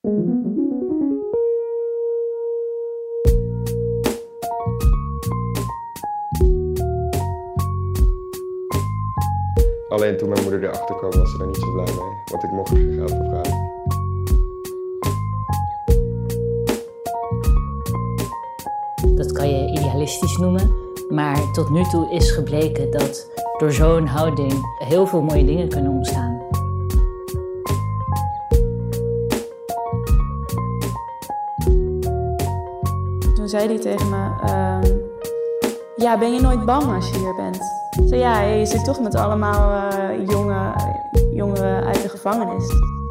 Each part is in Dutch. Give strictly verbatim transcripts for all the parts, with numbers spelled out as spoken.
Alleen toen mijn moeder erachter kwam, was ze er niet zo blij mee, want ik mocht er geen geld voor vragen. Dat kan je idealistisch noemen, maar tot nu toe is gebleken dat door zo'n houding heel veel mooie dingen kunnen ontstaan. Toen zei hij tegen me, uh, ja, ben je nooit bang als je hier bent? Ik zei, ja, je zit toch met allemaal uh, jonge, jongeren uit de gevangenis.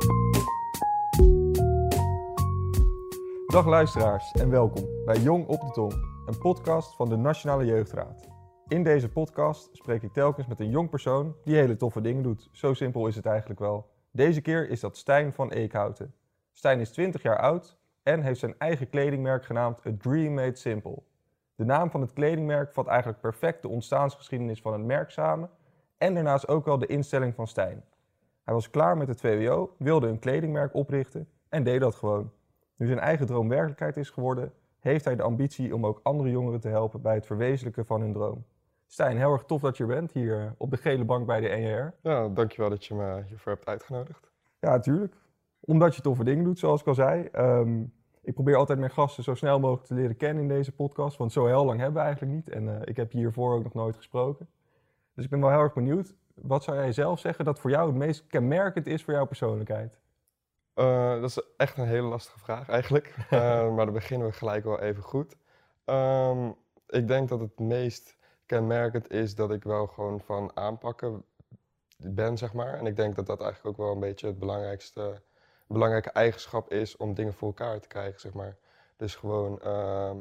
Dag luisteraars en welkom bij Jong op de Tong, een podcast van de Nationale Jeugdraad. In deze podcast spreek ik telkens met een jong persoon die hele toffe dingen doet. Zo simpel is het eigenlijk wel. Deze keer is dat Stijn van Eekhouten. Stijn is twintig jaar oud en heeft zijn eigen kledingmerk genaamd A Dream Made Simple. De naam van het kledingmerk vat eigenlijk perfect de ontstaansgeschiedenis van het merk samen en daarnaast ook wel de instelling van Stijn. Hij was klaar met het V W O, wilde een kledingmerk oprichten en deed dat gewoon. Nu zijn eigen droom werkelijkheid is geworden, heeft hij de ambitie om ook andere jongeren te helpen bij het verwezenlijken van hun droom. Stijn, heel erg tof dat je er bent hier op de gele bank bij de N J R. Ja, dankjewel dat je me hiervoor hebt uitgenodigd. Ja, natuurlijk. Omdat je toffe dingen doet, zoals ik al zei. Um, ik probeer altijd mijn gasten zo snel mogelijk te leren kennen in deze podcast, want zo heel lang hebben we eigenlijk niet. En uh, ik heb je hiervoor ook nog nooit gesproken. Dus ik ben wel heel erg benieuwd. Wat zou jij zelf zeggen dat voor jou het meest kenmerkend is voor jouw persoonlijkheid? Uh, dat is echt een hele lastige vraag eigenlijk, uh, maar dan beginnen we gelijk wel even goed. Um, ik denk dat het meest kenmerkend is dat ik wel gewoon van aanpakken ben, zeg maar. En ik denk dat dat eigenlijk ook wel een beetje het belangrijkste, belangrijke eigenschap is om dingen voor elkaar te krijgen, zeg maar. Dus gewoon uh,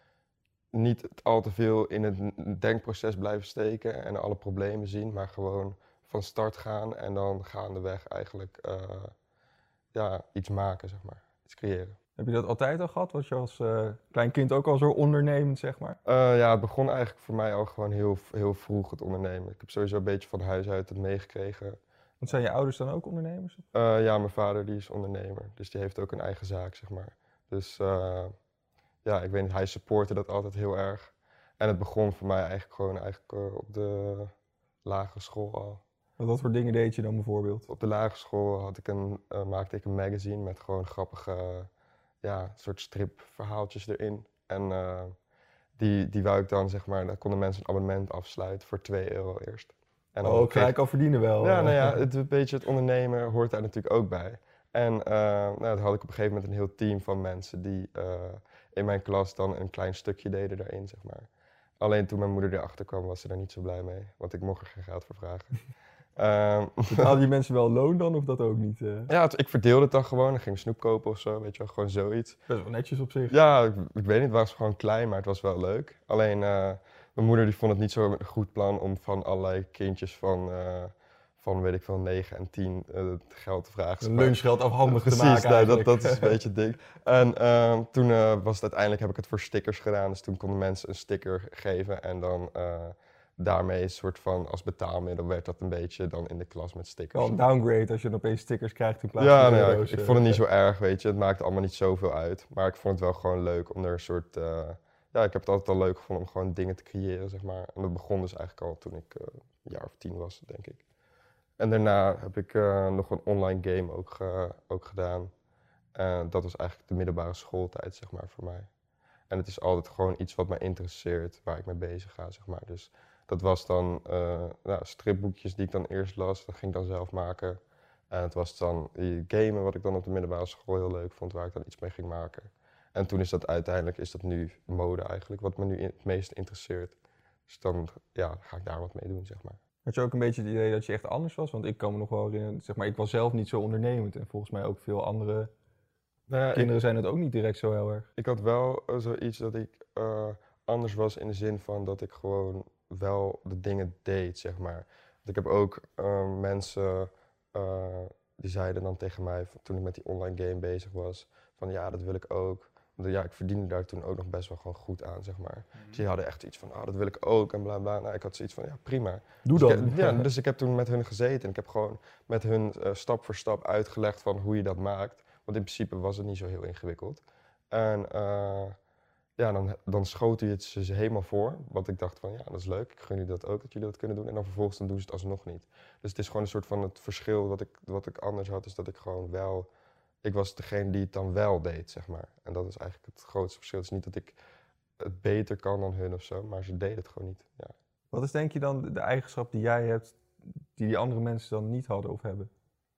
niet al te veel in het denkproces blijven steken en alle problemen zien, maar gewoon van start gaan en dan gaandeweg eigenlijk uh, ja, iets maken, zeg maar. Iets creëren. Heb je dat altijd al gehad? Was je als uh, klein kind ook al zo ondernemend, zeg maar? Uh, ja, het begon eigenlijk voor mij al gewoon heel, heel vroeg, het ondernemen. Ik heb sowieso een beetje van huis uit het meegekregen. Want zijn je ouders dan ook ondernemers? Uh, ja, mijn vader die is ondernemer, dus die heeft ook een eigen zaak, zeg maar. Dus uh, ja, ik weet niet, hij supportte dat altijd heel erg. En het begon voor mij eigenlijk gewoon eigenlijk, uh, op de lagere school al. Wat voor dingen deed je dan bijvoorbeeld? Op de lagere school had ik een, uh, maakte ik een magazine met gewoon grappige, uh, ja, soort stripverhaaltjes erin. En uh, die, die wou ik dan, zeg maar, daar konden mensen een abonnement afsluiten voor twee euro eerst. En dan oh, gelijk al verdienen wel. Ja, nou ja, het, een beetje het ondernemen hoort daar natuurlijk ook bij. En uh, nou, dan had ik op een gegeven moment een heel team van mensen die uh, in mijn klas dan een klein stukje deden daarin, zeg maar. Alleen toen mijn moeder erachter kwam, was ze daar niet zo blij mee, want ik mocht er geen geld voor vragen. Um, Hadden die mensen wel loon dan, of dat ook niet? Uh? Ja, het, ik verdeelde het dan gewoon. Ik ging snoep kopen of zo, weet je wel, gewoon zoiets. Best wel netjes op zich. Ja, ik, ik weet niet, het was gewoon klein, maar het was wel leuk. Alleen, uh, mijn moeder die vond het niet zo'n goed plan om van allerlei kindjes van, uh, van weet ik veel, negen en tien uh, geld te vragen. Een lunchgeld afhandig Precies, te maken nou, dat, dat is een beetje het ding. En uh, toen uh, was het uiteindelijk, heb ik het voor stickers gedaan. Dus toen konden mensen een sticker geven en dan... Uh, daarmee een soort van als betaalmiddel werd dat een beetje dan in de klas met stickers. Wel een downgrade als je dan opeens stickers krijgt in plaats ja, van nou euro's. Ja, ik, ik vond het niet zo erg, weet je. Het maakte allemaal niet zoveel uit. Maar ik vond het wel gewoon leuk om er een soort... Uh, ja, ik heb het altijd al leuk gevonden om gewoon dingen te creëren, zeg maar. En dat begon dus eigenlijk al toen ik uh, een jaar of tien was, denk ik. En daarna heb ik uh, nog een online game ook, uh, ook gedaan. En dat was eigenlijk de middelbare schooltijd, zeg maar, voor mij. En het is altijd gewoon iets wat mij interesseert, waar ik mee bezig ga, zeg maar. Dus... Dat was dan uh, nou, stripboekjes die ik dan eerst las, dat ging ik dan zelf maken. En het was dan die gamen wat ik dan op de middelbare school heel leuk vond, waar ik dan iets mee ging maken. En toen is dat uiteindelijk, is dat nu mode eigenlijk, wat me nu het meest interesseert. Dus dan ja, ga ik daar wat mee doen, zeg maar. Had je ook een beetje het idee dat je echt anders was? Want ik kan me nog wel herinneren, zeg maar, ik was zelf niet zo ondernemend. En volgens mij ook veel andere nou ja, kinderen ik, zijn het ook niet direct zo heel erg. Ik had wel uh, zoiets dat ik uh, anders was in de zin van dat ik gewoon... wel de dingen deed, zeg maar. Want ik heb ook uh, mensen uh, die zeiden dan tegen mij, toen ik met die online game bezig was, van ja, dat wil ik ook. Want ja, ik verdiende daar toen ook nog best wel gewoon goed aan, zeg maar. Mm-hmm. Dus die hadden echt iets van, ah, oh, dat wil ik ook en bla bla. Nou, ik had zoiets van, ja, prima. Doe dus dat. Ik, ja, dus ik heb toen met hun gezeten en ik heb gewoon met hun uh, stap voor stap uitgelegd van hoe je dat maakt. Want in principe was het niet zo heel ingewikkeld. En uh, ja, dan, dan schoot hij het ze helemaal voor. Want ik dacht van, ja, dat is leuk. Ik gun jullie dat ook, dat jullie dat kunnen doen. En dan vervolgens dan doen ze het alsnog niet. Dus het is gewoon een soort van het verschil wat ik, wat ik anders had. Is dat ik gewoon wel... Ik was degene die het dan wel deed, zeg maar. En dat is eigenlijk het grootste verschil. Het is niet dat ik het beter kan dan hun of zo. Maar ze deden het gewoon niet, ja. Wat is denk je dan de eigenschap die jij hebt, die die andere mensen dan niet hadden of hebben?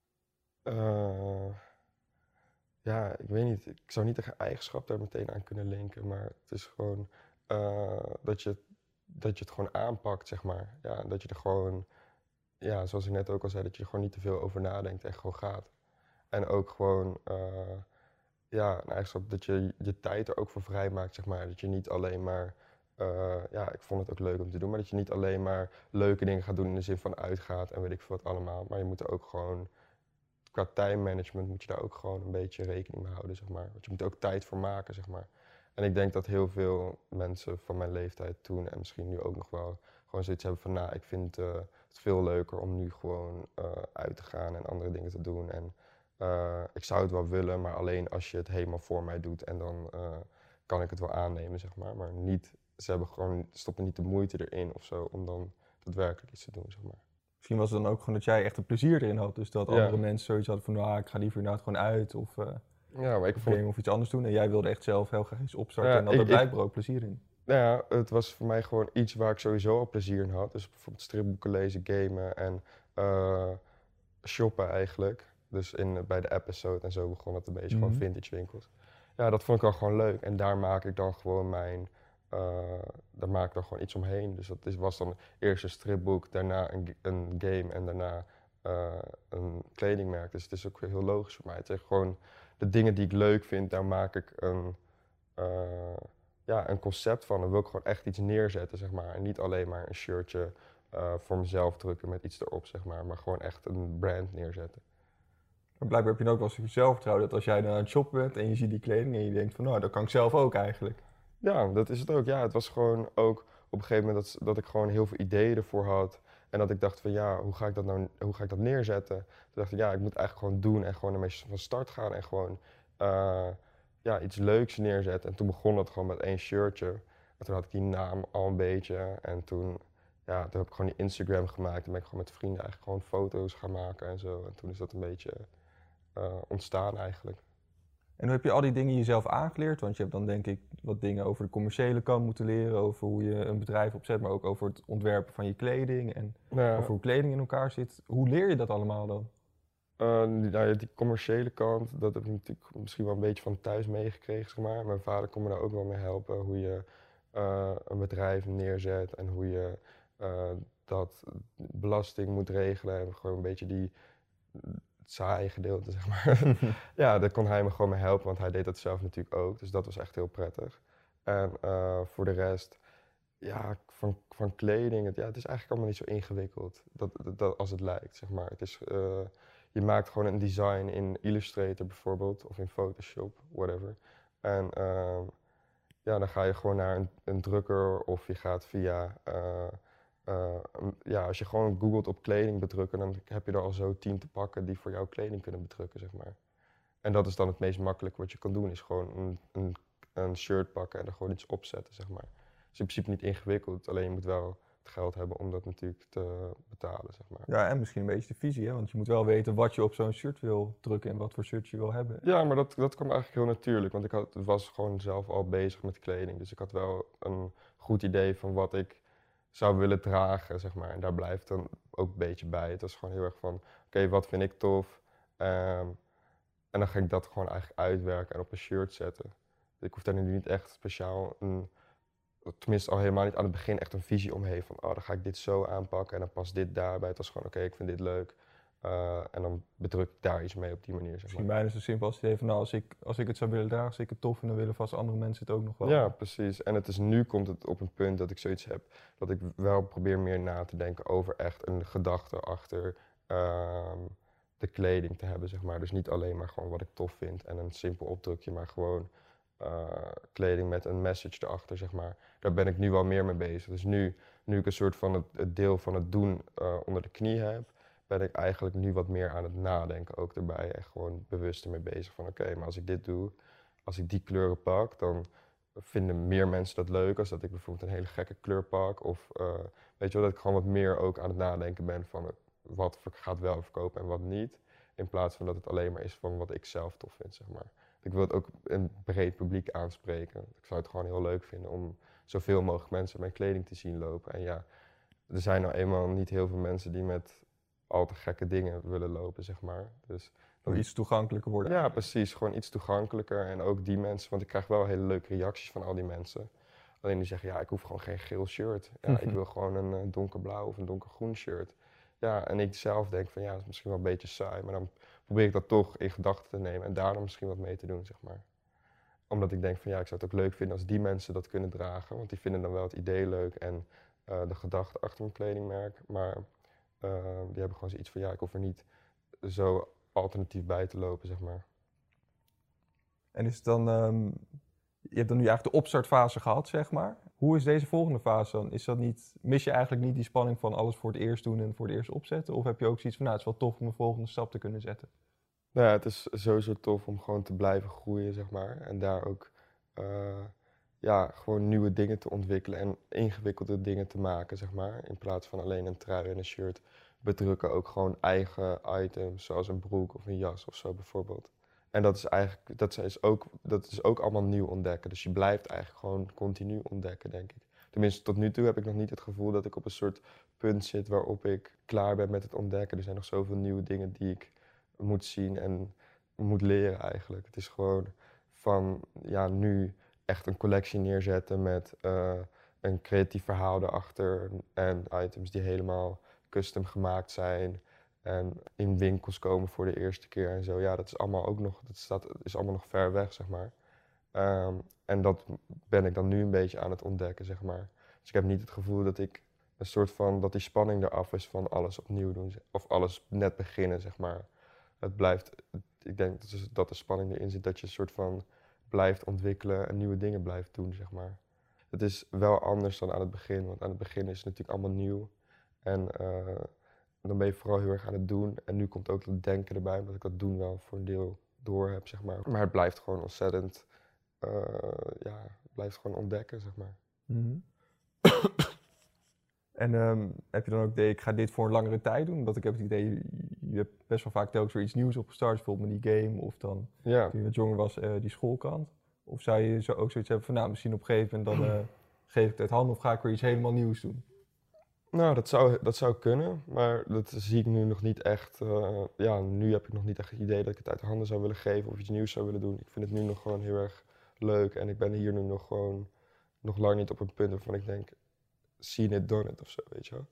Uh, ja, ik weet niet. Ik zou niet een eigenschap daar meteen aan kunnen linken. Maar het is gewoon uh, dat, je, dat je het gewoon aanpakt, zeg maar. Ja, dat je er gewoon, ja, zoals ik net ook al zei, dat je er gewoon niet te veel over nadenkt en gewoon gaat. En ook gewoon, uh, ja, een eigenschap dat je je tijd er ook voor vrij maakt, zeg maar. Dat je niet alleen maar... Uh, ja, ik vond het ook leuk om te doen, maar dat je niet alleen maar leuke dingen gaat doen in de zin van uitgaat en weet ik veel wat allemaal. Maar je moet er ook gewoon, qua time management moet je daar ook gewoon een beetje rekening mee houden, zeg maar. Want je moet er ook tijd voor maken, zeg maar. En ik denk dat heel veel mensen van mijn leeftijd toen en misschien nu ook nog wel gewoon zoiets hebben van, nou, ik vind uh, het veel leuker om nu gewoon uh, uit te gaan en andere dingen te doen. En uh, ik zou het wel willen, maar alleen als je het helemaal voor mij doet en dan uh, kan ik het wel aannemen, zeg maar. Maar niet... Ze hebben gewoon, stoppen niet de moeite erin of zo om dan daadwerkelijk iets te doen, zeg maar. Misschien was het dan ook gewoon dat jij echt een plezier erin had. Dus dat ja. andere mensen zoiets hadden van, nou, ik ga liever inderdaad gewoon uit of, uh, ja, maar ik of, vond... of iets anders doen. En jij wilde echt zelf heel graag iets opstarten Ja, en had ik, er blijkbaar ook plezier in. Nou ja, het was voor mij gewoon iets waar ik sowieso al plezier in had. Dus bijvoorbeeld stripboeken lezen, gamen en uh, shoppen eigenlijk. Dus in, bij de episode en zo begon het een beetje, Mm-hmm. gewoon vintage winkels. Ja, dat vond ik al gewoon leuk. En daar maak ik dan gewoon mijn... Uh, daar maak ik dan gewoon iets omheen. Dus dat is, was dan eerst een stripboek, daarna een, een game en daarna uh, een kledingmerk. Dus het is ook heel logisch voor mij. Het is gewoon de dingen die ik leuk vind, daar maak ik een, uh, ja, een concept van. Dan wil ik gewoon echt iets neerzetten, zeg maar. En niet alleen maar een shirtje uh, voor mezelf drukken met iets erop, zeg maar. Maar gewoon echt een brand neerzetten. Maar blijkbaar heb je dan ook wel eens zelfvertrouwen dat als jij dan aan het shoppen bent en je ziet die kleding en je denkt van, nou, dat kan ik zelf ook eigenlijk. Ja, dat is het ook. Ja, het was gewoon ook op een gegeven moment dat, dat ik gewoon heel veel ideeën ervoor had. En dat ik dacht van ja, hoe ga ik dat nou, hoe ga ik dat neerzetten? Toen dacht ik ja, ik moet eigenlijk gewoon doen en gewoon ermee van start gaan en gewoon uh, ja, iets leuks neerzetten. En toen begon dat gewoon met één shirtje. En toen had ik die naam al een beetje. En toen, ja, toen heb ik gewoon die Instagram gemaakt. En ben ik gewoon met vrienden eigenlijk gewoon foto's gaan maken en zo. En toen is dat een beetje uh, ontstaan eigenlijk. En hoe heb je al die dingen jezelf aangeleerd? Want je hebt dan denk ik wat dingen over de commerciële kant moeten leren, over hoe je een bedrijf opzet, maar ook over het ontwerpen van je kleding en ja. over hoe kleding in elkaar zit. Hoe leer je dat allemaal dan? Uh, nou ja, die commerciële kant, dat heb ik natuurlijk misschien wel een beetje van thuis meegekregen, zeg maar. Mijn vader kon me daar ook wel mee helpen, hoe je uh, een bedrijf neerzet en hoe je uh, dat belasting moet regelen en gewoon een beetje die... het saaie gedeelte, zeg maar. Ja, daar kon hij me gewoon mee helpen, want hij deed dat zelf natuurlijk ook. Dus dat was echt heel prettig. En uh, voor de rest, ja, van, van kleding, het, ja, het is eigenlijk allemaal niet zo ingewikkeld dat, dat, dat, als het lijkt, zeg maar. Het is, uh, je maakt gewoon een design in Illustrator bijvoorbeeld, of in Photoshop, whatever. En uh, ja, dan ga je gewoon naar een, een drukker of je gaat via... Uh, Uh, ja, als je gewoon googelt op kleding bedrukken, dan heb je er al zo tien te pakken die voor jouw kleding kunnen bedrukken, zeg maar. En dat is dan het meest makkelijke wat je kan doen, is gewoon een, een, een shirt pakken en er gewoon iets opzetten, zeg maar. Het is in principe niet ingewikkeld, alleen je moet wel het geld hebben om dat natuurlijk te betalen, zeg maar. Ja, en misschien een beetje de visie, hè? Want je moet wel weten wat je op zo'n shirt wil drukken en wat voor shirt je wil hebben. Ja, maar dat, dat kwam eigenlijk heel natuurlijk, want ik had, was gewoon zelf al bezig met kleding. Dus ik had wel een goed idee van wat ik zou willen dragen, zeg maar. En daar blijft dan ook een beetje bij. Het was gewoon heel erg van, oké, okay, wat vind ik tof? Um, en dan ga ik dat gewoon eigenlijk uitwerken en op een shirt zetten. Dus ik hoef daar nu niet echt speciaal een, tenminste al helemaal niet aan het begin echt een visie omheen van, oh, dan ga ik dit zo aanpakken en dan past dit daarbij. Het was gewoon, oké, okay, ik vind dit leuk. Uh, en dan bedruk ik daar iets mee op die manier, zeg maar. Misschien bijna zo simpel als het idee van, nou, als ik, als ik het zou willen dragen, als ik het tof vind, dan willen vast andere mensen het ook nog wel. Ja, precies. En het is, nu komt het op een punt dat ik zoiets heb, dat ik wel probeer meer na te denken over echt een gedachte achter uh, de kleding te hebben, zeg maar. Dus niet alleen maar gewoon wat ik tof vind en een simpel opdrukje, maar gewoon uh, kleding met een message erachter, zeg maar. Daar ben ik nu wel meer mee bezig. Dus nu, nu ik een soort van het, het deel van het doen uh, onder de knie heb, ben ik eigenlijk nu wat meer aan het nadenken ook erbij. En gewoon bewust ermee bezig van oké, okay, maar als ik dit doe, als ik die kleuren pak, dan vinden meer mensen dat leuk als dat ik bijvoorbeeld een hele gekke kleur pak. Of uh, weet je wel, dat ik gewoon wat meer ook aan het nadenken ben van uh, wat gaat wel verkopen en wat niet. In plaats van dat het alleen maar is van wat ik zelf tof vind, zeg maar. Ik wil het ook een breed publiek aanspreken. Ik zou het gewoon heel leuk vinden om zoveel mogelijk mensen mijn kleding te zien lopen. En ja, er zijn nou eenmaal niet heel veel mensen die met al te gekke dingen willen lopen, zeg maar. Dus Om iets toegankelijker worden. Ja, precies. Gewoon iets toegankelijker. En ook die mensen, want ik krijg wel hele leuke reacties van al die mensen. Alleen die zeggen, ja, ik hoef gewoon geen geel shirt. Ja, ik wil gewoon een uh, donkerblauw of een donkergroen shirt. Ja, en ik zelf denk van, ja, dat is misschien wel een beetje saai. Maar dan probeer ik dat toch in gedachten te nemen en daar dan misschien wat mee te doen, zeg maar. Omdat ik denk van, ja, ik zou het ook leuk vinden als die mensen dat kunnen dragen. Want die vinden dan wel het idee leuk en uh, de gedachte achter mijn kledingmerk. Maar uh, die hebben gewoon zoiets van, ja, ik hoef er niet zo alternatief bij te lopen, zeg maar. En is het dan, um, je hebt dan nu eigenlijk de opstartfase gehad, zeg maar. Hoe is deze volgende fase dan? Is dat niet, mis je eigenlijk niet die spanning van alles voor het eerst doen en voor het eerst opzetten? Of heb je ook zoiets van, nou, het is wel tof om een volgende stap te kunnen zetten? Nou ja, het is sowieso tof om gewoon te blijven groeien, zeg maar. En daar ook uh, ja, gewoon nieuwe dingen te ontwikkelen en ingewikkelde dingen te maken, zeg maar. In plaats van alleen een trui en een shirt bedrukken, ook gewoon eigen items, zoals een broek of een jas of zo bijvoorbeeld. En dat is eigenlijk, dat is ook, dat is ook allemaal nieuw ontdekken. Dus je blijft eigenlijk gewoon continu ontdekken, denk ik. Tenminste, tot nu toe heb ik nog niet het gevoel dat ik op een soort punt zit waarop ik klaar ben met het ontdekken. Er zijn nog zoveel nieuwe dingen die ik moet zien en moet leren eigenlijk. Het is gewoon van, ja, nu echt een collectie neerzetten met uh, een creatief verhaal erachter en items die helemaal custom gemaakt zijn en in winkels komen voor de eerste keer en zo. Ja, dat is allemaal ook nog, dat staat, is allemaal nog ver weg, zeg maar. Um, en dat ben ik dan nu een beetje aan het ontdekken, zeg maar. Dus ik heb niet het gevoel dat ik een soort van, dat die spanning eraf is van alles opnieuw doen of alles net beginnen, zeg maar. Het blijft, ik denk dat, is, dat de spanning erin zit, dat je een soort van blijft ontwikkelen en nieuwe dingen blijft doen, zeg maar. Het is wel anders dan aan het begin, want aan het begin is het natuurlijk allemaal nieuw. En uh, dan ben je vooral heel erg aan het doen. En nu komt ook het denken erbij, omdat ik dat doen wel voor een deel door heb, zeg maar. Maar het blijft gewoon ontzettend, uh, ja, het blijft gewoon ontdekken, zeg maar. Mm-hmm. En um, heb je dan ook idee, ik ga dit voor een langere tijd doen? Omdat ik heb het idee, je, je hebt best wel vaak telkens weer iets nieuws opgestart, bijvoorbeeld met die game of dan, ja. toen je wat jonger was, uh, die schoolkrant. Of zou je zo ook zoiets hebben van, nou, misschien op een gegeven moment dan uh, geef ik het uit handen of ga ik weer iets helemaal nieuws doen? Nou, dat zou, dat zou kunnen, maar dat zie ik nu nog niet echt. Uh, ja, nu heb ik nog niet echt het idee dat ik het uit de handen zou willen geven of iets nieuws zou willen doen. Ik vind het nu nog gewoon heel erg leuk en ik ben hier nu nog gewoon nog lang niet op een punt waarvan ik denk, seen it, done it of zo, weet je wel.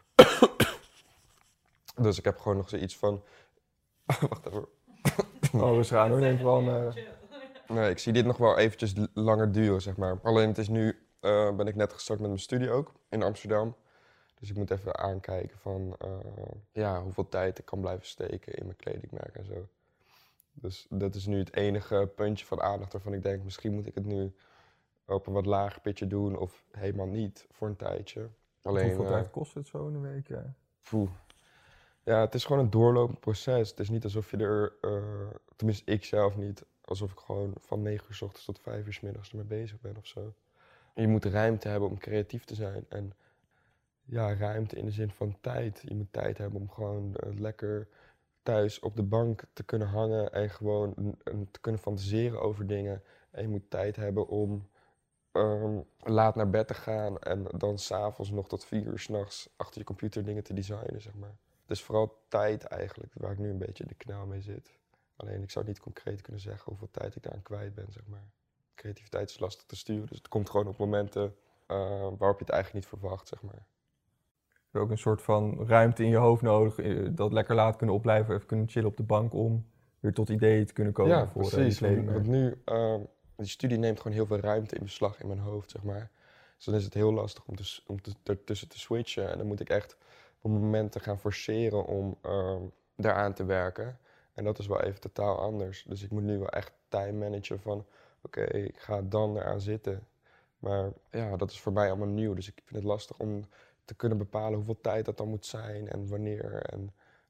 Dus ik heb gewoon nog zoiets van, wacht even. Oh, we gaan hoor, denk wel een... Uh... Nee, ik zie dit nog wel eventjes langer duren, zeg maar. Alleen het is nu, uh, ben ik net gestart met mijn studie ook, in Amsterdam. Dus ik moet even aankijken van uh, ja, hoeveel tijd ik kan blijven steken in mijn kledingmerk en zo. Dus dat is nu het enige puntje van aandacht waarvan ik denk, misschien moet ik het nu op een wat lager pitje doen of helemaal niet voor een tijdje. Alleen, hoeveel uh, tijd kost het zo in een week? Ja. Poeh. Ja, het is gewoon een doorlopend proces. Het is niet alsof je er, uh, tenminste ik zelf niet, alsof ik gewoon van negen uur 's ochtends tot vijf uur 's middags ermee bezig ben of zo. Je moet ruimte hebben om creatief te zijn en ja, ruimte in de zin van tijd. Je moet tijd hebben om gewoon uh, lekker thuis op de bank te kunnen hangen en gewoon uh, te kunnen fantaseren over dingen. En je moet tijd hebben om um, laat naar bed te gaan en dan s'avonds nog tot vier uur 's nachts achter je computer dingen te designen, zeg maar. Dus vooral tijd eigenlijk, waar ik nu een beetje in de knel mee zit. Alleen ik zou niet concreet kunnen zeggen hoeveel tijd ik daaraan kwijt ben, zeg maar. Creativiteit is lastig te sturen, dus het komt gewoon op momenten uh, waarop je het eigenlijk niet verwacht, zeg maar. Je hebt ook een soort van ruimte in je hoofd nodig, dat lekker laat kunnen opblijven, even kunnen chillen op de bank om weer tot ideeën te kunnen komen. Ja, voor precies. Uh, want, want nu, uh, die studie neemt gewoon heel veel ruimte in beslag in mijn hoofd, zeg maar. Dus dan is het heel lastig om, te, om te, ertussen te switchen. En dan moet ik echt op momenten gaan forceren om uh, daaraan te werken. En dat is wel even totaal anders. Dus ik moet nu wel echt time managen van, oké, okay, ik ga dan eraan zitten. Maar ja, dat is voor mij allemaal nieuw. Dus ik vind het lastig om te kunnen bepalen hoeveel tijd dat dan moet zijn en wanneer. En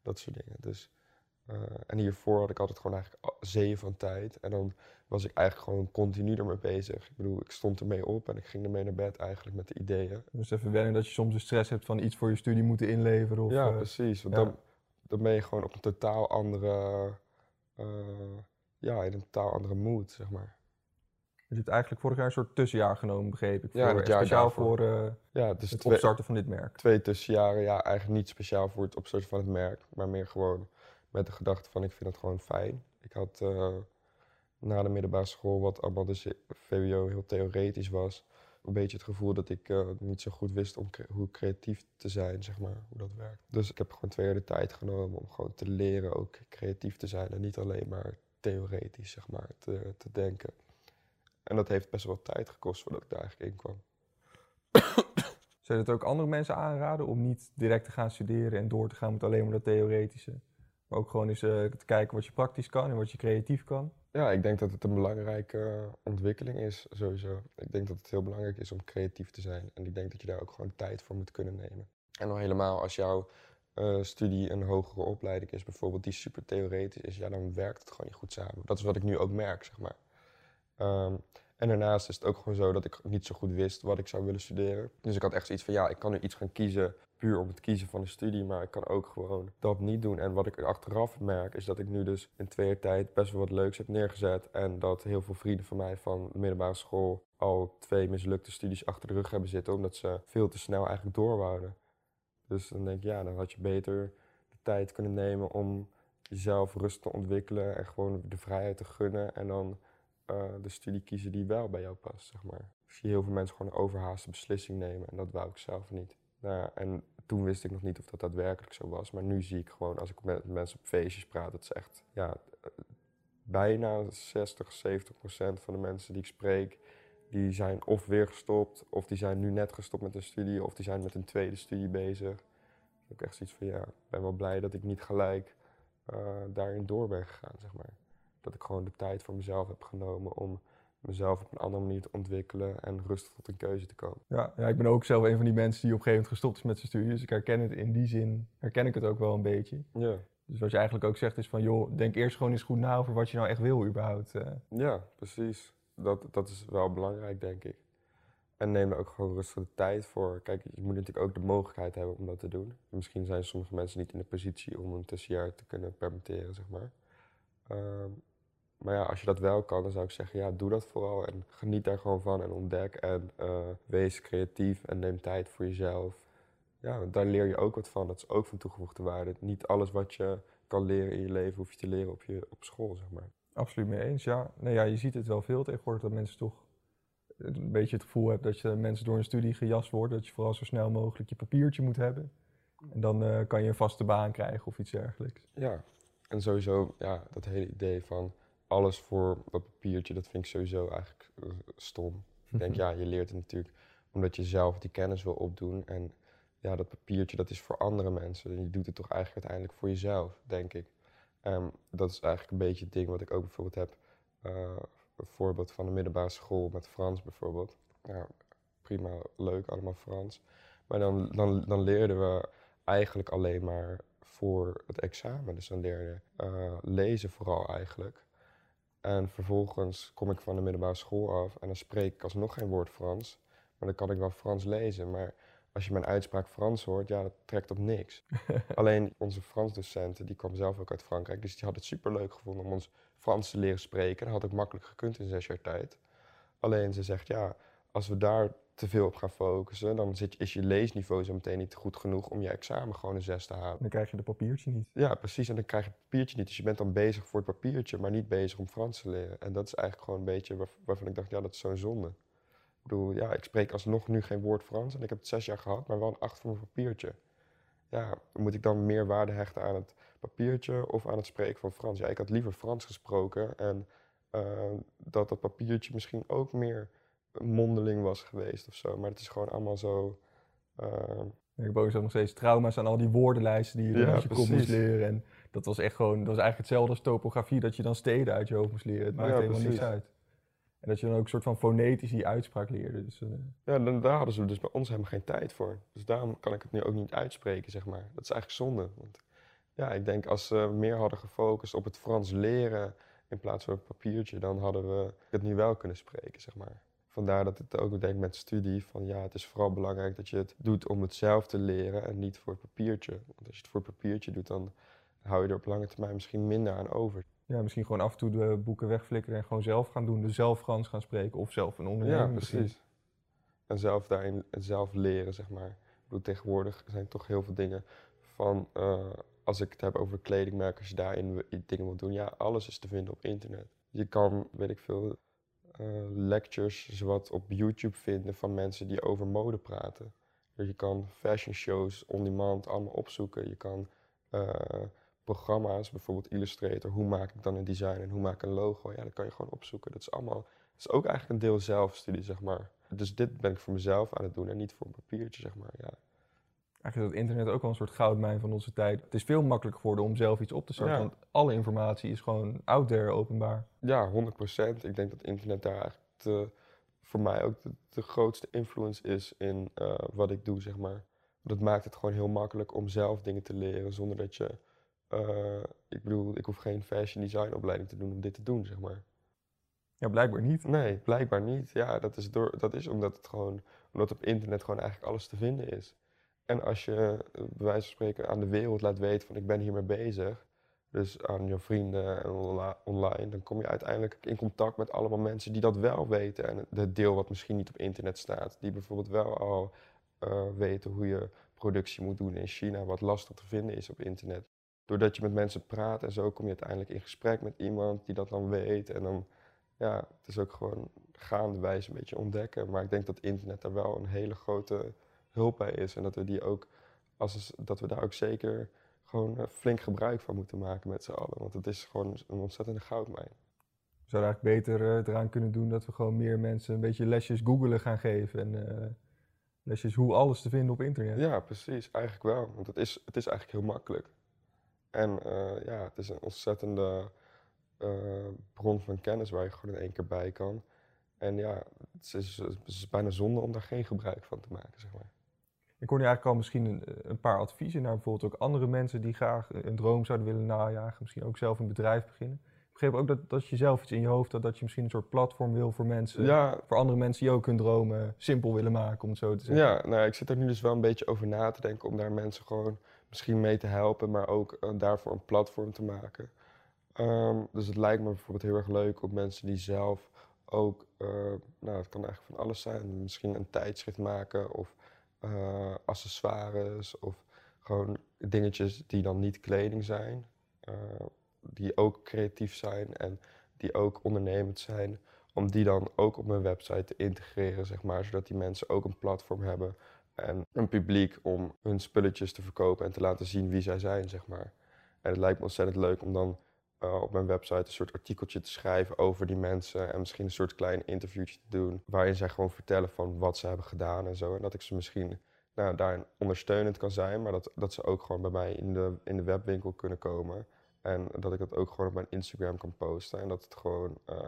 Dat soort dingen. Dus, uh, en hiervoor had ik altijd gewoon eigenlijk zeeën van tijd. En dan was ik eigenlijk gewoon continu ermee bezig. Ik bedoel, ik stond ermee op en ik ging ermee naar bed eigenlijk met de ideeën. Dus even wennen dat je soms de stress hebt van iets voor je studie moeten inleveren. Of, ja, uh, precies. Want ja. Dan, dan ben je gewoon op een totaal andere, uh, ja, in een totaal andere mood, zeg maar. Je hebt eigenlijk vorig jaar een soort tussenjaar genomen, begreep ik. Ja, voor, het jaar speciaal daarvoor. voor uh, ja, dus het twee, opstarten van dit merk. Twee tussenjaren, ja, eigenlijk niet speciaal voor het opstarten van het merk, maar meer gewoon met de gedachte van ik vind het gewoon fijn. Ik had uh, na de middelbare school, wat allemaal de V W O heel theoretisch was, een beetje het gevoel dat ik uh, niet zo goed wist om cre- hoe creatief te zijn, zeg maar, hoe dat werkt. Dus ik heb gewoon twee jaar de tijd genomen om gewoon te leren ook creatief te zijn en niet alleen maar theoretisch, zeg maar, te, te denken. En dat heeft best wel tijd gekost voordat ik daar eigenlijk in kwam. Zou je het ook andere mensen aanraden om niet direct te gaan studeren en door te gaan met alleen maar dat theoretische? Maar ook gewoon eens uh, te kijken wat je praktisch kan en wat je creatief kan? Ja, ik denk dat het een belangrijke uh, ontwikkeling is, sowieso. Ik denk dat het heel belangrijk is om creatief te zijn. En ik denk dat je daar ook gewoon tijd voor moet kunnen nemen. En al helemaal als jouw uh, studie een hogere opleiding is, bijvoorbeeld, die super theoretisch is, ja, dan werkt het gewoon niet goed samen. Dat is wat ik nu ook merk, zeg maar. Um, en daarnaast is het ook gewoon zo dat ik niet zo goed wist wat ik zou willen studeren. Dus ik had echt zoiets van, ja, ik kan nu iets gaan kiezen puur om het kiezen van de studie, maar ik kan ook gewoon dat niet doen. En wat ik achteraf merk, is dat ik nu dus in twee jaar tijd best wel wat leuks heb neergezet. En dat heel veel vrienden van mij van de middelbare school al twee mislukte studies achter de rug hebben zitten, omdat ze veel te snel eigenlijk doorwouden. Dus dan denk ik, ja, dan had je beter de tijd kunnen nemen om jezelf rustig te ontwikkelen en gewoon de vrijheid te gunnen. En dan Uh, de studie kiezen die wel bij jou past, zeg maar. Ik zie heel veel mensen gewoon een overhaaste beslissing nemen en dat wou ik zelf niet. Nou, en toen wist ik nog niet of dat daadwerkelijk zo was, maar nu zie ik gewoon, als ik met mensen op feestjes praat, dat ze echt, ja, bijna zestig, zeventig procent van de mensen die ik spreek, die zijn of weer gestopt, of die zijn nu net gestopt met een studie, of die zijn met een tweede studie bezig. Dus ik echt zoiets van, ja, ik ben wel blij dat ik niet gelijk uh, daarin door ben gegaan, zeg maar. Dat ik gewoon de tijd voor mezelf heb genomen om mezelf op een andere manier te ontwikkelen en rustig tot een keuze te komen. Ja, ja, ik ben ook zelf een van die mensen die op een gegeven moment gestopt is met zijn studie. Dus ik herken het in die zin, herken ik het ook wel een beetje. Ja. Dus wat je eigenlijk ook zegt is van, joh, denk eerst gewoon eens goed na over wat je nou echt wil überhaupt. Uh. Ja, precies. Dat, dat is wel belangrijk, denk ik. En neem er ook gewoon rustig de tijd voor. Kijk, je moet natuurlijk ook de mogelijkheid hebben om dat te doen. Misschien zijn sommige mensen niet in de positie om een tussenjaar te kunnen permitteren, zeg maar. Um, Maar ja, als je dat wel kan, dan zou ik zeggen, ja, doe dat vooral en geniet daar gewoon van en ontdek en uh, wees creatief en neem tijd voor jezelf. Ja, daar leer je ook wat van. Dat is ook van toegevoegde waarde. Niet alles wat je kan leren in je leven hoef je te leren op, je, op school, zeg maar. Absoluut mee eens, ja. Nee, ja. Je ziet het wel veel tegenwoordig dat mensen toch een beetje het gevoel hebben dat je mensen door een studie gejast wordt. Dat je vooral zo snel mogelijk je papiertje moet hebben. En dan uh, kan je een vaste baan krijgen of iets dergelijks. Ja, en sowieso ja, dat hele idee van alles voor dat papiertje, dat vind ik sowieso eigenlijk uh, stom. Ik denk, ja, je leert het natuurlijk omdat je zelf die kennis wil opdoen. En ja, dat papiertje, dat is voor andere mensen. En je doet het toch eigenlijk uiteindelijk voor jezelf, denk ik. Um, dat is eigenlijk een beetje het ding wat ik ook bijvoorbeeld heb. Uh, een voorbeeld van de middelbare school met Frans bijvoorbeeld. Ja, prima, leuk, allemaal Frans. Maar dan, dan, dan leerden we eigenlijk alleen maar voor het examen. Dus dan leerde je uh, lezen vooral eigenlijk. En vervolgens kom ik van de middelbare school af en dan spreek ik alsnog geen woord Frans. Maar dan kan ik wel Frans lezen. Maar als je mijn uitspraak Frans hoort, ja, dat trekt op niks. Alleen onze Fransdocenten, die kwam zelf ook uit Frankrijk, dus die had het superleuk gevonden om ons Frans te leren spreken. Dat had ook makkelijk gekund in zes jaar tijd. Alleen ze zegt, ja, als we daar te veel op gaan focussen, dan zit, is je leesniveau zo meteen niet goed genoeg om je examen gewoon een zes te halen. Dan krijg je het papiertje niet. Ja, precies. En dan krijg je het papiertje niet. Dus je bent dan bezig voor het papiertje, maar niet bezig om Frans te leren. En dat is eigenlijk gewoon een beetje waar, waarvan ik dacht, ja, dat is zo'n zonde. Ik bedoel, ja, ik spreek alsnog nu geen woord Frans en ik heb het zes jaar gehad, maar wel een acht voor mijn papiertje. Ja, moet ik dan meer waarde hechten aan het papiertje of aan het spreken van Frans? Ja, ik had liever Frans gesproken en uh, dat dat papiertje misschien ook meer mondeling was geweest of zo. Maar het is gewoon allemaal zo... Uh... Ik heb ook nog steeds trauma's aan al die woordenlijsten die je ja, uit je kop moest leren. En dat was echt gewoon, dat was eigenlijk hetzelfde als topografie, dat je dan steden uit je hoofd moest leren. Het maakt ja, helemaal precies. niks uit. En dat je dan ook een soort van fonetisch die uitspraak leerde. Dus, uh... Ja, dan, daar hadden ze dus bij ons helemaal geen tijd voor. Dus daarom kan ik het nu ook niet uitspreken, zeg maar. Dat is eigenlijk zonde. Want Ja, ik denk als ze meer hadden gefocust op het Frans leren in plaats van het papiertje, dan hadden we het nu wel kunnen spreken, zeg maar. Vandaar dat het ook, denk ik, met studie, van ja, het is vooral belangrijk dat je het doet om het zelf te leren en niet voor het papiertje. Want als je het voor het papiertje doet, dan hou je er op lange termijn misschien minder aan over. Ja, misschien gewoon af en toe de boeken wegflikkeren en gewoon zelf gaan doen. Dus zelf Frans gaan spreken of zelf een onderneming. Ja, precies. En zelf daarin, zelf leren, zeg maar. Ik bedoel, tegenwoordig zijn toch heel veel dingen van, uh, als ik het heb over kledingmerken, als je daarin dingen wilt doen, ja, alles is te vinden op internet. Je kan, weet ik veel, uh, lectures zowat op YouTube vinden van mensen die over mode praten. Dus je kan fashion shows on demand allemaal opzoeken. Je kan uh, programma's, bijvoorbeeld Illustrator, hoe maak ik dan een design en hoe maak ik een logo? Ja, dat kan je gewoon opzoeken. Dat is allemaal, dat is ook eigenlijk een deel zelfstudie, zeg maar. Dus dit ben ik voor mezelf aan het doen en niet voor een papiertje, zeg maar, ja. Eigenlijk is het internet ook wel een soort goudmijn van onze tijd. Het is veel makkelijker geworden om zelf iets op te starten, Ja. want alle informatie is gewoon out there, openbaar. Ja, honderd procent. Ik denk dat internet daar eigenlijk de, voor mij ook de, de grootste influence is in uh, wat ik doe, zeg maar. Dat maakt het gewoon heel makkelijk om zelf dingen te leren zonder dat je... Uh, ik bedoel, ik hoef geen fashion design opleiding te doen om dit te doen, zeg maar. Ja, blijkbaar niet. Nee, blijkbaar niet. Ja, dat is, door, dat is omdat het gewoon, omdat op internet gewoon eigenlijk alles te vinden is. En als je, bij wijze van spreken, aan de wereld laat weten van ik ben hiermee bezig, dus aan je vrienden en online, dan kom je uiteindelijk in contact met allemaal mensen die dat wel weten. En het deel wat misschien niet op internet staat, die bijvoorbeeld wel al uh, weten hoe je productie moet doen in China, wat lastig te vinden is op internet. Doordat je met mensen praat en zo kom je uiteindelijk in gesprek met iemand die dat dan weet. En dan, ja, het is ook gewoon gaandewijs een beetje ontdekken. Maar ik denk dat internet daar wel een hele grote hulp bij is. En dat we, die ook, als, dat we daar ook zeker gewoon flink gebruik van moeten maken met z'n allen. Want het is gewoon een ontzettende goudmijn. We zouden eigenlijk beter uh, eraan kunnen doen dat we gewoon meer mensen een beetje lesjes googelen gaan geven. En uh, lesjes hoe alles te vinden op internet. Ja, precies. Eigenlijk wel. Want het is, het is eigenlijk heel makkelijk. En uh, ja, het is een ontzettende uh, bron van kennis waar je gewoon in één keer bij kan. En ja, het is, het is bijna zonde om daar geen gebruik van te maken, zeg maar. Ik hoorde eigenlijk al misschien een, een paar adviezen naar bijvoorbeeld ook andere mensen die graag een droom zouden willen najagen. Misschien ook zelf een bedrijf beginnen. Ik begreep ook dat, dat je zelf iets in je hoofd had, dat je misschien een soort platform wil voor mensen. Ja. Voor andere mensen die ook hun dromen simpel willen maken, om het zo te zeggen. Ja, nou, ik zit er nu dus wel een beetje over na te denken om daar mensen gewoon misschien mee te helpen, maar ook uh, daarvoor een platform te maken. Um, dus het lijkt me bijvoorbeeld heel erg leuk om mensen die zelf ook, uh, nou het kan eigenlijk van alles zijn, misschien een tijdschrift maken of uh, accessoires of gewoon dingetjes die dan niet kleding zijn, uh, die ook creatief zijn en die ook ondernemend zijn, om die dan ook op mijn website te integreren, zeg maar, zodat die mensen ook een platform hebben en een publiek om hun spulletjes te verkopen en te laten zien wie zij zijn, zeg maar. En het lijkt me ontzettend leuk om dan uh, op mijn website een soort artikeltje te schrijven over die mensen en misschien een soort klein interviewtje te doen, waarin zij gewoon vertellen van wat ze hebben gedaan en zo. En dat ik ze misschien nou, daarin ondersteunend kan zijn, maar dat, dat ze ook gewoon bij mij in de, in de webwinkel kunnen komen. En dat ik dat ook gewoon op mijn Instagram kan posten. En dat het gewoon, uh,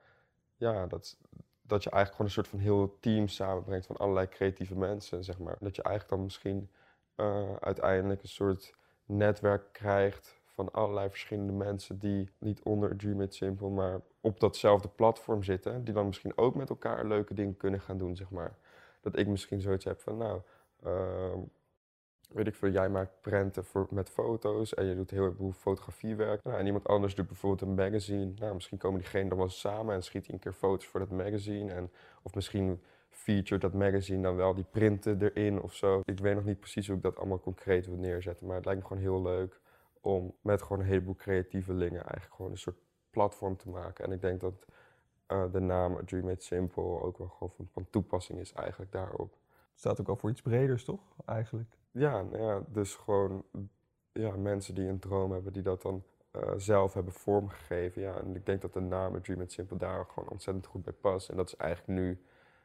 ja, dat, dat je eigenlijk gewoon een soort van heel team samenbrengt van allerlei creatieve mensen, zeg maar. Dat je eigenlijk dan misschien uh, uiteindelijk een soort netwerk krijgt van allerlei verschillende mensen die niet onder Dream It Simple, maar op datzelfde platform zitten. Die dan misschien ook met elkaar leuke dingen kunnen gaan doen, zeg maar. Dat ik misschien zoiets heb van, nou, uh, weet ik veel, jij maakt prenten voor, met foto's en je doet heel veel fotografiewerk. Nou, en iemand anders doet bijvoorbeeld een magazine. Nou, misschien komen diegenen dan wel samen en schiet hij een keer foto's voor dat magazine. En, of misschien feature dat magazine dan wel die printen erin of zo. Ik weet nog niet precies hoe ik dat allemaal concreet wil neerzetten, maar het lijkt me gewoon heel leuk om met gewoon een heleboel creatievelingen eigenlijk gewoon een soort platform te maken. En ik denk dat uh, de naam Dream It Simple ook wel gewoon van, van toepassing is eigenlijk daarop. Het staat ook al voor iets breders, toch? Eigenlijk. Ja, nou ja, dus gewoon ja, mensen die een droom hebben, die dat dan uh, zelf hebben vormgegeven. Ja, en ik denk dat de naam Dream It Simple daar gewoon ontzettend goed bij past. En dat is eigenlijk nu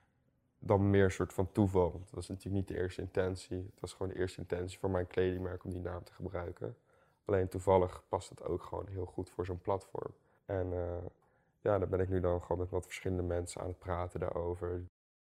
dan meer een soort van toeval. Want dat was natuurlijk niet de eerste intentie. Het was gewoon de eerste intentie voor mijn kledingmerk om die naam te gebruiken. Alleen toevallig past het ook gewoon heel goed voor zo'n platform. En uh, ja, daar ben ik nu dan gewoon met wat verschillende mensen aan het praten daarover.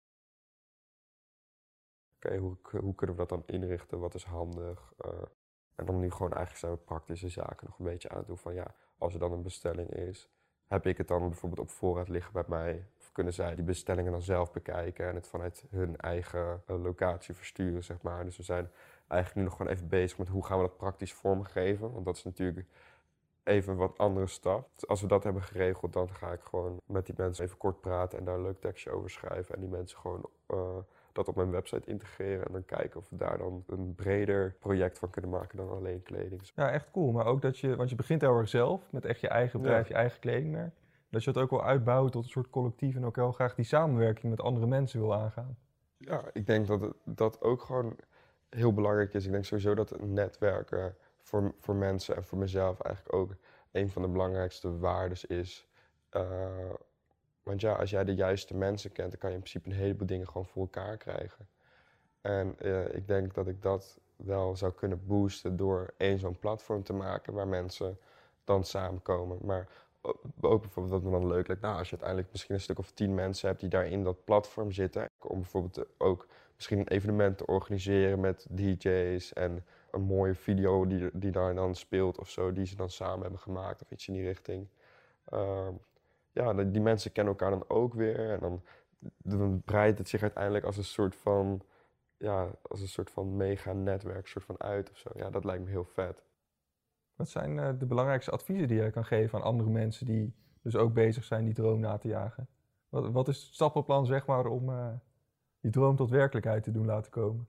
Oké, okay, hoe, hoe kunnen we dat dan inrichten? Wat is handig? Uh, En om nu gewoon eigenlijk zijn we praktische zaken nog een beetje aan te doen van ja, als er dan een bestelling is, heb ik het dan bijvoorbeeld op voorraad liggen bij mij? Of kunnen zij die bestellingen dan zelf bekijken en het vanuit hun eigen uh, locatie versturen, zeg maar. Dus we zijn eigenlijk nu nog gewoon even bezig met hoe gaan we dat praktisch vormgeven. Want dat is natuurlijk even een wat andere stap. Dus als we dat hebben geregeld, dan ga ik gewoon met die mensen even kort praten en daar een leuk tekstje over schrijven. En die mensen gewoon uh, dat op mijn website integreren en dan kijken of we daar dan een breder project van kunnen maken dan alleen kleding. Ja, echt cool. Maar ook dat je, want je begint heel erg zelf met echt je eigen bedrijf, ja. je eigen kledingmerk. Dat je dat ook wel uitbouwt tot een soort collectief en ook heel graag die samenwerking met andere mensen wil aangaan. Ja, ik denk dat het, dat ook gewoon heel belangrijk is. Ik denk sowieso dat het netwerken voor, voor mensen en voor mezelf eigenlijk ook een van de belangrijkste waardes is. Uh, want ja, als jij de juiste mensen kent, dan kan je in principe een heleboel dingen gewoon voor elkaar krijgen. En uh, ik denk dat ik dat wel zou kunnen boosten door één zo'n platform te maken waar mensen dan samenkomen. Maar ook bijvoorbeeld wat me dan leuk lijkt, nou, als je uiteindelijk misschien een stuk of tien mensen hebt die daar in dat platform zitten, om bijvoorbeeld ook misschien een evenement te organiseren met D J's en een mooie video die, die daar dan speelt of zo, die ze dan samen hebben gemaakt of iets in die richting. Uh, ja, die mensen kennen elkaar dan ook weer en dan, dan breidt het zich uiteindelijk als een soort van, ja, als een soort van mega netwerk soort van uit of zo. Ja, dat lijkt me heel vet. Wat zijn uh, de belangrijkste adviezen die jij kan geven aan andere mensen die dus ook bezig zijn die droom na te jagen? Wat, wat is het stappenplan, zeg maar, om uh, die droom tot werkelijkheid te doen laten komen?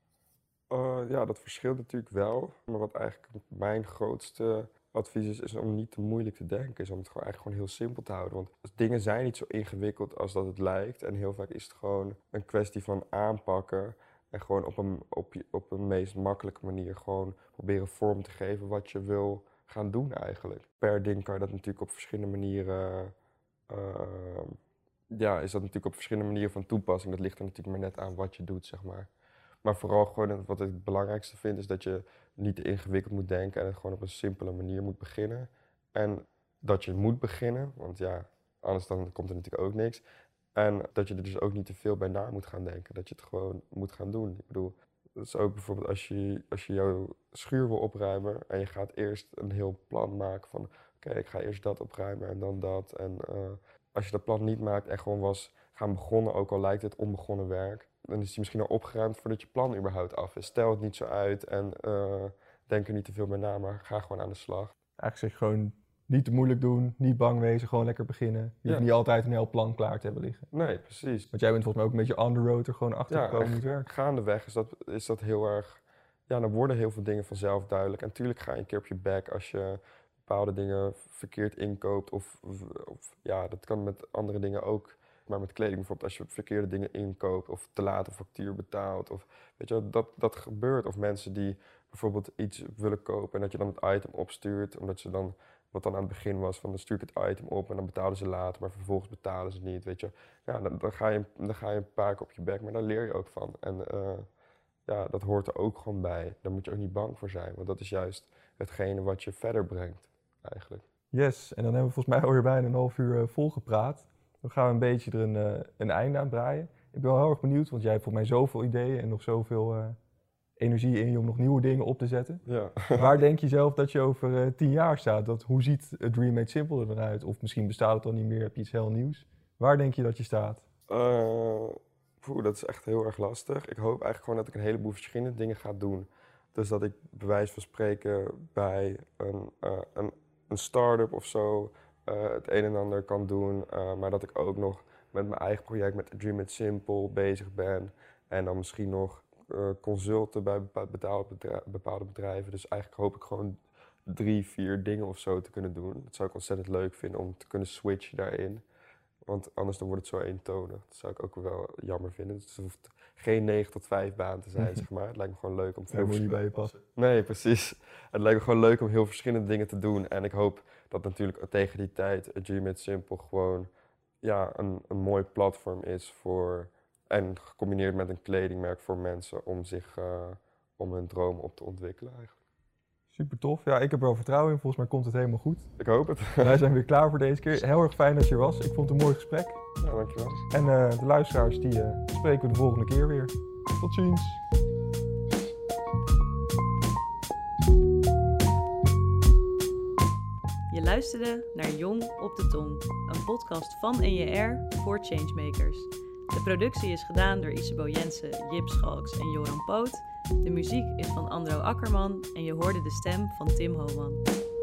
Uh, ja, dat verschilt natuurlijk wel. Maar wat eigenlijk mijn grootste advies is, is om niet te moeilijk te denken. Is om het gewoon eigenlijk gewoon heel simpel te houden. Want dingen zijn niet zo ingewikkeld als dat het lijkt. En heel vaak is het gewoon een kwestie van aanpakken. En gewoon op een, op, op een meest makkelijke manier gewoon proberen vorm te geven wat je wil gaan doen eigenlijk. Per ding kan je dat natuurlijk op verschillende manieren, uh, ja, is dat natuurlijk op verschillende manieren van toepassing. Dat ligt er natuurlijk maar net aan wat je doet, zeg maar. Maar vooral gewoon wat ik het belangrijkste vind is dat je niet te ingewikkeld moet denken en het gewoon op een simpele manier moet beginnen. En dat je moet beginnen, want ja, anders dan komt er natuurlijk ook niks. En dat je er dus ook niet te veel bij na moet gaan denken. Dat je het gewoon moet gaan doen. Ik bedoel, dat is ook bijvoorbeeld als je, als je jouw schuur wil opruimen en je gaat eerst een heel plan maken van oké, okay, ik ga eerst dat opruimen en dan dat. En uh, als je dat plan niet maakt en gewoon was gaan begonnen, ook al lijkt het onbegonnen werk, dan is die misschien al opgeruimd voordat je plan überhaupt af is. Stel het niet zo uit en uh, denk er niet te veel bij na, maar ga gewoon aan de slag. Eigenlijk zeg je gewoon niet te moeilijk doen, niet bang wezen, gewoon lekker beginnen. Je hoeft ja. niet altijd een heel plan klaar te hebben liggen. Nee, precies. Want jij bent volgens mij ook een beetje on the road er gewoon achter ja, gekomen hoe het werkt. Gaandeweg is dat, is dat heel erg, ja, dan worden heel veel dingen vanzelf duidelijk. En natuurlijk ga je een keer op je bek als je bepaalde dingen verkeerd inkoopt. Of, of, of ja, dat kan met andere dingen ook. Maar met kleding bijvoorbeeld, als je verkeerde dingen inkoopt of te laat een factuur betaalt. Of, weet je, dat, dat gebeurt. Of mensen die bijvoorbeeld iets willen kopen en dat je dan het item opstuurt. Omdat ze dan, wat dan aan het begin was, van dan stuur ik het item op en dan betalen ze later. Maar vervolgens betalen ze niet, weet je. Ja, dan, dan, ga, je, dan ga je een paar keer op je bek, maar daar leer je ook van. En uh, ja, dat hoort er ook gewoon bij. Daar moet je ook niet bang voor zijn. Want dat is juist hetgene wat je verder brengt, eigenlijk. Yes, en dan hebben we volgens mij alweer bijna een half uur uh, volgepraat. Dan gaan we een beetje er een, uh, een einde aan breien. Ik ben wel heel erg benieuwd, want jij hebt volgens mij zoveel ideeën en nog zoveel uh, energie in je om nog nieuwe dingen op te zetten. Ja. Waar denk je zelf dat je over uh, tien jaar staat? Dat, hoe ziet A Dream Made Simple er dan uit? Of misschien bestaat het dan niet meer, heb je iets heel nieuws? Waar denk je dat je staat? Uh, poeh, dat is echt heel erg lastig. Ik hoop eigenlijk gewoon dat ik een heleboel verschillende dingen ga doen. Dus dat ik bij wijze van spreken bij een, uh, een, een start-up of zo uh, het een en ander kan doen. Uh, maar dat ik ook nog met mijn eigen project, met A Dream Made Simple, bezig ben. En dan misschien nog uh, consulten bij bepaalde bedrijven, bepaalde bedrijven. Dus eigenlijk hoop ik gewoon drie, vier dingen of zo te kunnen doen. Dat zou ik ontzettend leuk vinden om te kunnen switchen daarin. Want anders dan wordt het zo eentonig. Dat zou ik ook wel jammer vinden. Dus het hoeft geen negen tot vijf baan te zijn, zeg maar. Het lijkt me gewoon leuk om... Daar moet je niet bij je passen. Nee, precies. Het lijkt me gewoon leuk om heel verschillende dingen te doen. En ik hoop dat natuurlijk tegen die tijd A Dream Made Simple gewoon ja, een, een mooi platform is voor... En gecombineerd met een kledingmerk voor mensen om zich... Uh, om hun droom op te ontwikkelen eigenlijk. Super tof. Ja, ik heb er wel vertrouwen in. Volgens mij komt het helemaal goed. Ik hoop het. Wij zijn weer klaar voor deze keer. Heel erg fijn dat je er was. Ik vond het een mooi gesprek. Ja, dankjewel. En uh, de luisteraars, die uh, spreken we de volgende keer weer. Tot ziens. luisterde naar Jong op de Tong, een podcast van N J R voor Changemakers. De productie is gedaan door Isabel Jensen, Jip Schalks en Joran Poot. De muziek is van Andro Akkerman en je hoorde de stem van Tim Homan.